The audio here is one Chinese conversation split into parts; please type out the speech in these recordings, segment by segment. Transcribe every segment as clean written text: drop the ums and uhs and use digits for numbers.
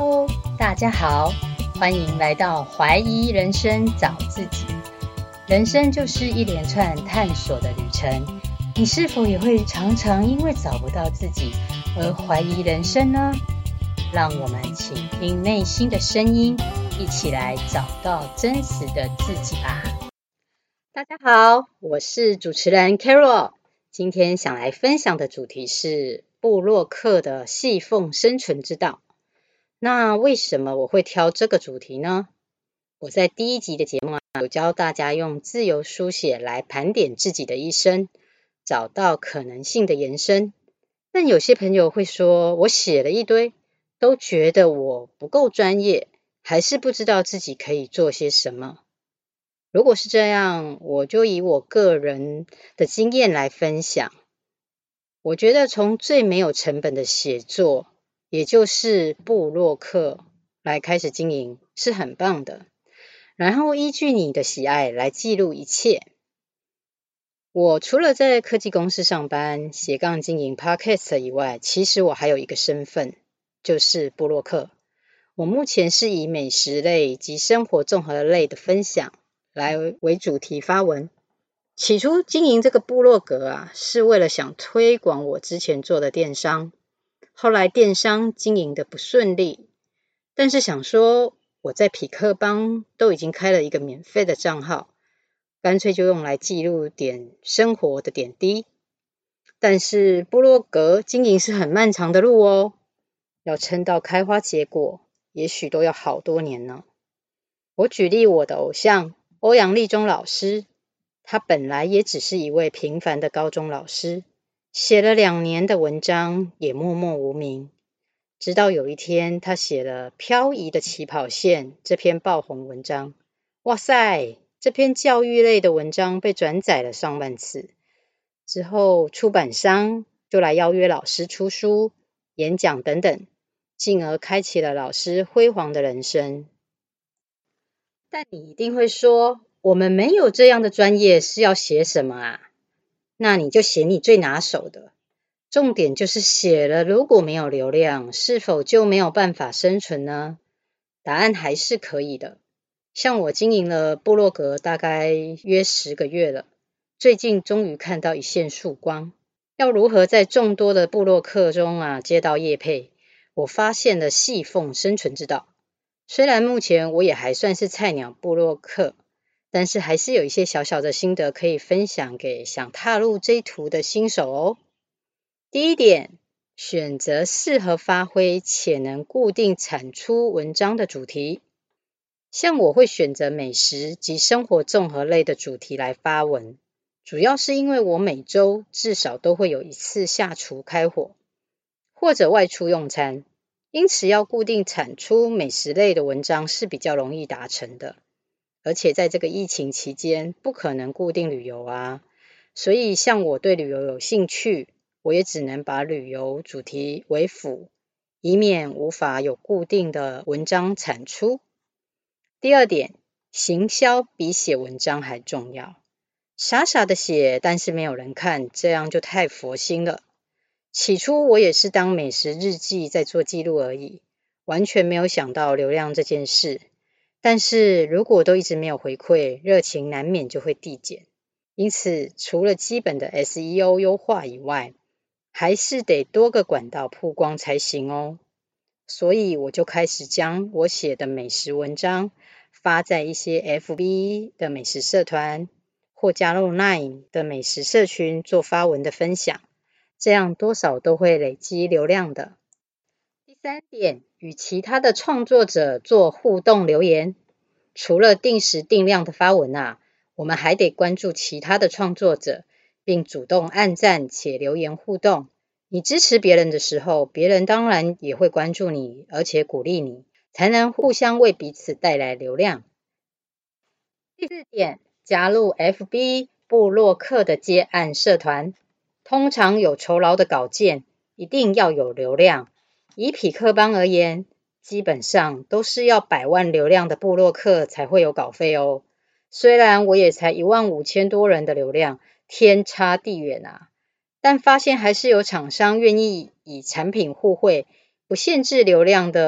哦，大家好，欢迎来到怀疑人生找自己。人生就是一连串探索的旅程，你是否也会常常因为找不到自己而怀疑人生呢？让我们倾听内心的声音，一起来找到真实的自己吧。大家好，我是主持人 Carol， 今天想来分享的主题是部落客的细缝生存之道。那为什么我会挑这个主题呢？我在第一集的节目有教大家用自由书写来盘点自己的一生，找到可能性的延伸。但有些朋友会说，我写了一堆，都觉得我不够专业，还是不知道自己可以做些什么。如果是这样，我就以我个人的经验来分享。我觉得从最没有成本的写作，也就是部落客来开始经营是很棒的，然后依据你的喜爱来记录一切。我除了在科技公司上班斜杠经营 Podcast 以外，其实我还有一个身份，就是部落客。我目前是以美食类及生活综合类的分享来为主题发文。起初经营这个部落格是为了想推广我之前做的电商，后来电商经营的不顺利，但是想说我在痞客邦都已经开了一个免费的账号，干脆就用来记录点生活的点滴。但是部落格经营是很漫长的路哦，要撑到开花结果，也许都要好多年呢。我举例我的偶像欧阳立中老师，他本来也只是一位平凡的高中老师，写了2年的文章也默默无名，直到有一天他写了《漂移的起跑线》这篇爆红文章。哇塞，这篇教育类的文章被转载了上万次，之后出版商就来邀约老师出书、演讲等等，进而开启了老师辉煌的人生。但你一定会说，我们没有这样的专业，是要写什么啊？那你就写你最拿手的。重点就是写了，如果没有流量，是否就没有办法生存呢？答案还是可以的。像我经营了部落格大概约10个月了，最近终于看到一线曙光。要如何在众多的部落客中接到业配，我发现了细缝生存之道。虽然目前我也还算是菜鸟部落客，但是还是有一些小小的心得可以分享给想踏入这一途的新手哦。第一点，选择适合发挥且能固定产出文章的主题。像我会选择美食及生活综合类的主题来发文，主要是因为我每周至少都会有一次下厨开火，或者外出用餐，因此要固定产出美食类的文章是比较容易达成的。而且在这个疫情期间，不可能固定旅游所以像我对旅游有兴趣，我也只能把旅游主题为辅，以免无法有固定的文章产出。第二点，行销比写文章还重要。傻傻的写，但是没有人看，这样就太佛心了。起初我也是当美食日记在做记录而已，完全没有想到流量这件事。但是如果都一直没有回馈，热情难免就会递减。因此除了基本的 SEO 优化以外，还是得多个管道曝光才行哦。所以我就开始将我写的美食文章发在一些 FB 的美食社团，或加入 LINE 的美食社群做发文的分享，这样多少都会累积流量的。第三点，与其他的创作者做互动留言。除了定时定量的发文我们还得关注其他的创作者，并主动按赞且留言互动。你支持别人的时候，别人当然也会关注你，而且鼓励你，才能互相为彼此带来流量。第四点，加入 FB 部落客的接案社团。通常有酬劳的稿件，一定要有流量。以痞客邦而言，基本上都是要100万流量的部落客才会有稿费哦。虽然我也才15000多人的流量，天差地远但发现还是有厂商愿意以产品互惠，不限制流量的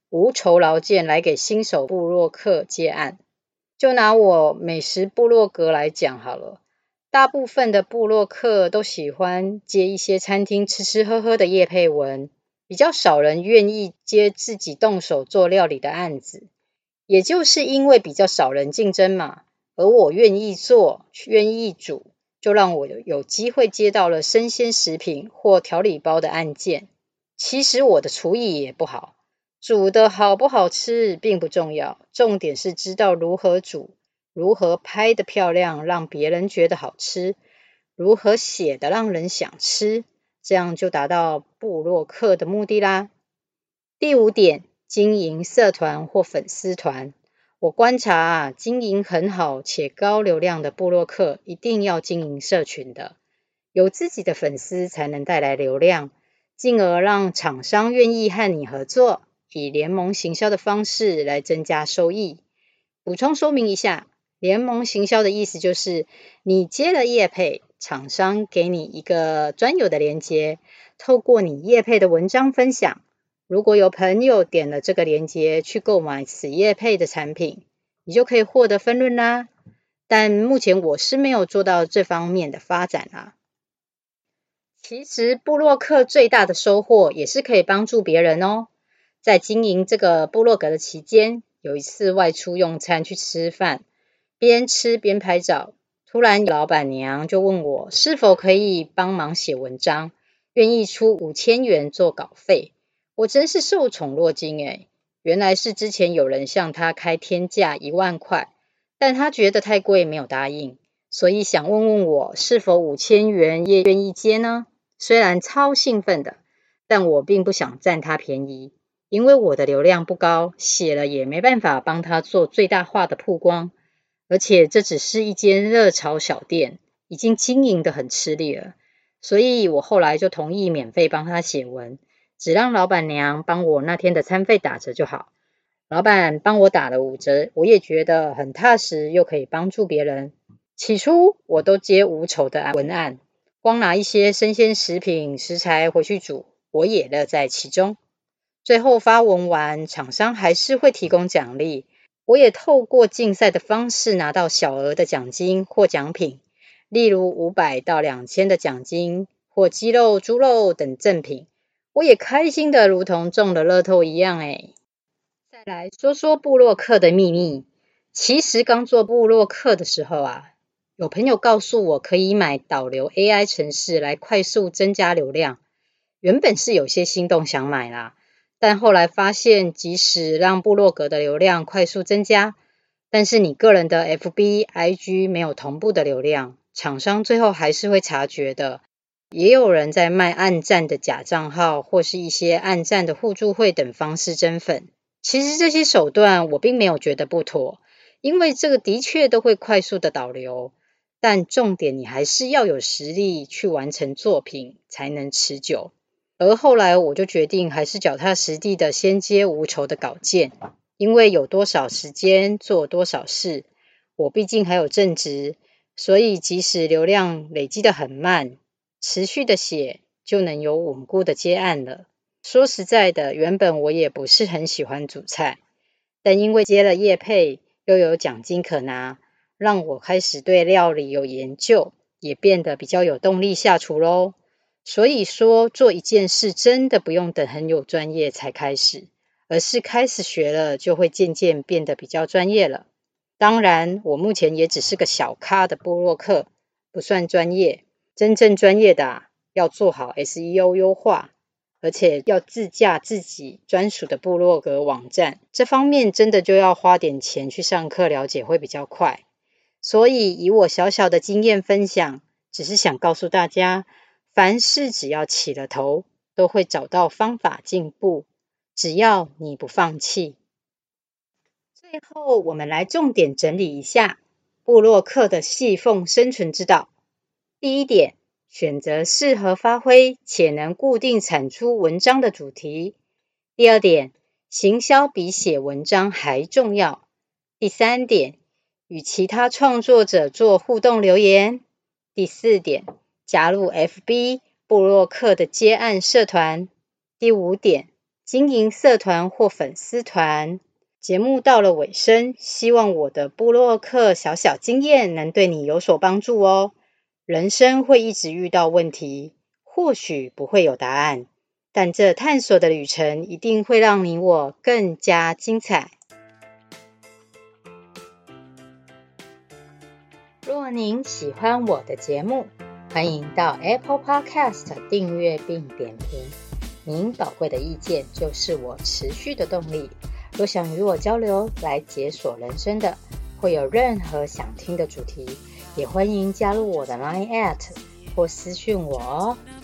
无酬劳健来给新手部落客接案。就拿我美食部落格来讲好了，大部分的部落客都喜欢接一些餐厅吃吃喝喝的业配文，比较少人愿意接自己动手做料理的案子，也就是因为比较少人竞争嘛，而我愿意做，愿意煮，就让我有机会接到了生鲜食品或调理包的案件。其实我的厨艺也不好，煮的好不好吃并不重要，重点是知道如何煮，如何拍得漂亮让别人觉得好吃，如何写得让人想吃，这样就达到部落客的目的啦。第5点，经营社团或粉丝团。我观察经营很好且高流量的部落客一定要经营社群的，有自己的粉丝才能带来流量，进而让厂商愿意和你合作，以联盟行销的方式来增加收益。补充说明一下，联盟行销的意思就是你接了业配，厂商给你一个专有的连结，透过你业配的文章分享，如果有朋友点了这个连结去购买此业配的产品，你就可以获得分润啦。但目前我是没有做到这方面的发展啦。其实部落客最大的收获也是可以帮助别人哦。在经营这个部落格的期间，有一次外出用餐去吃饭，边吃边拍照，突然老板娘就问我是否可以帮忙写文章，愿意出5000元做稿费。我真是受宠若惊耶，原来是之前有人向他开天价10000块，但他觉得太贵没有答应，所以想问问我是否5000元也愿意接呢？虽然超兴奋的，但我并不想占他便宜，因为我的流量不高，写了也没办法帮他做最大化的曝光，而且这只是一间热炒小店，已经经营得很吃力了，所以我后来就同意免费帮他写文，只让老板娘帮我那天的餐费打折就好。老板帮我打了5折，我也觉得很踏实，又可以帮助别人。起初我都接无酬的文案，光拿一些生鲜食品食材回去煮，我也乐在其中。最后发文完，厂商还是会提供奖励，我也透过竞赛的方式拿到小额的奖金或奖品，例如500到2000的奖金或鸡肉、猪肉等赠品，我也开心的如同中了乐透一样耶。再来说说部落客的秘密。其实刚做部落客的时候有朋友告诉我可以买导流 AI 程式来快速增加流量，原本是有些心动想买啦，但后来发现即使让部落格的流量快速增加，但是你个人的 FB、IG 没有同步的流量，厂商最后还是会察觉的。也有人在卖按赞的假账号，或是一些按赞的互助会等方式增粉。其实这些手段我并没有觉得不妥，因为这个的确都会快速的导流，但重点你还是要有实力去完成作品才能持久。而后来我就决定还是脚踏实地的先接无酬的稿件，因为有多少时间做多少事，我毕竟还有正职，所以即使流量累积的很慢，持续的写就能有稳固的接案了。说实在的，原本我也不是很喜欢煮菜，但因为接了业配又有奖金可拿，让我开始对料理有研究，也变得比较有动力下厨咯。所以说做一件事真的不用等很有专业才开始，而是开始学了就会渐渐变得比较专业了。当然我目前也只是个小咖的部落客，不算专业，真正专业的要做好 SEO 优化，而且要自架自己专属的部落格网站，这方面真的就要花点钱去上课了解会比较快。所以以我小小的经验分享，只是想告诉大家，凡事只要起了头，都会找到方法进步，只要你不放弃。最后我们来重点整理一下部落客的细缝生存之道。第1点，选择适合发挥且能固定产出文章的主题。第2点，行销比写文章还重要。第3点，与其他创作者做互动留言。第4点，加入 FB 部落客的接案社团。第5点， 经营社团或粉丝团。节目到了尾声，希望我的部落客小小经验能对你有所帮助哦。人生会一直遇到问题，或许不会有答案，但这探索的旅程一定会让你我更加精彩。若您喜欢我的节目，欢迎到 Apple Podcast 订阅并点评，您宝贵的意见就是我持续的动力。若想与我交流来解锁人生的，或有任何想听的主题，也欢迎加入我的 Line@ 或私讯我哦。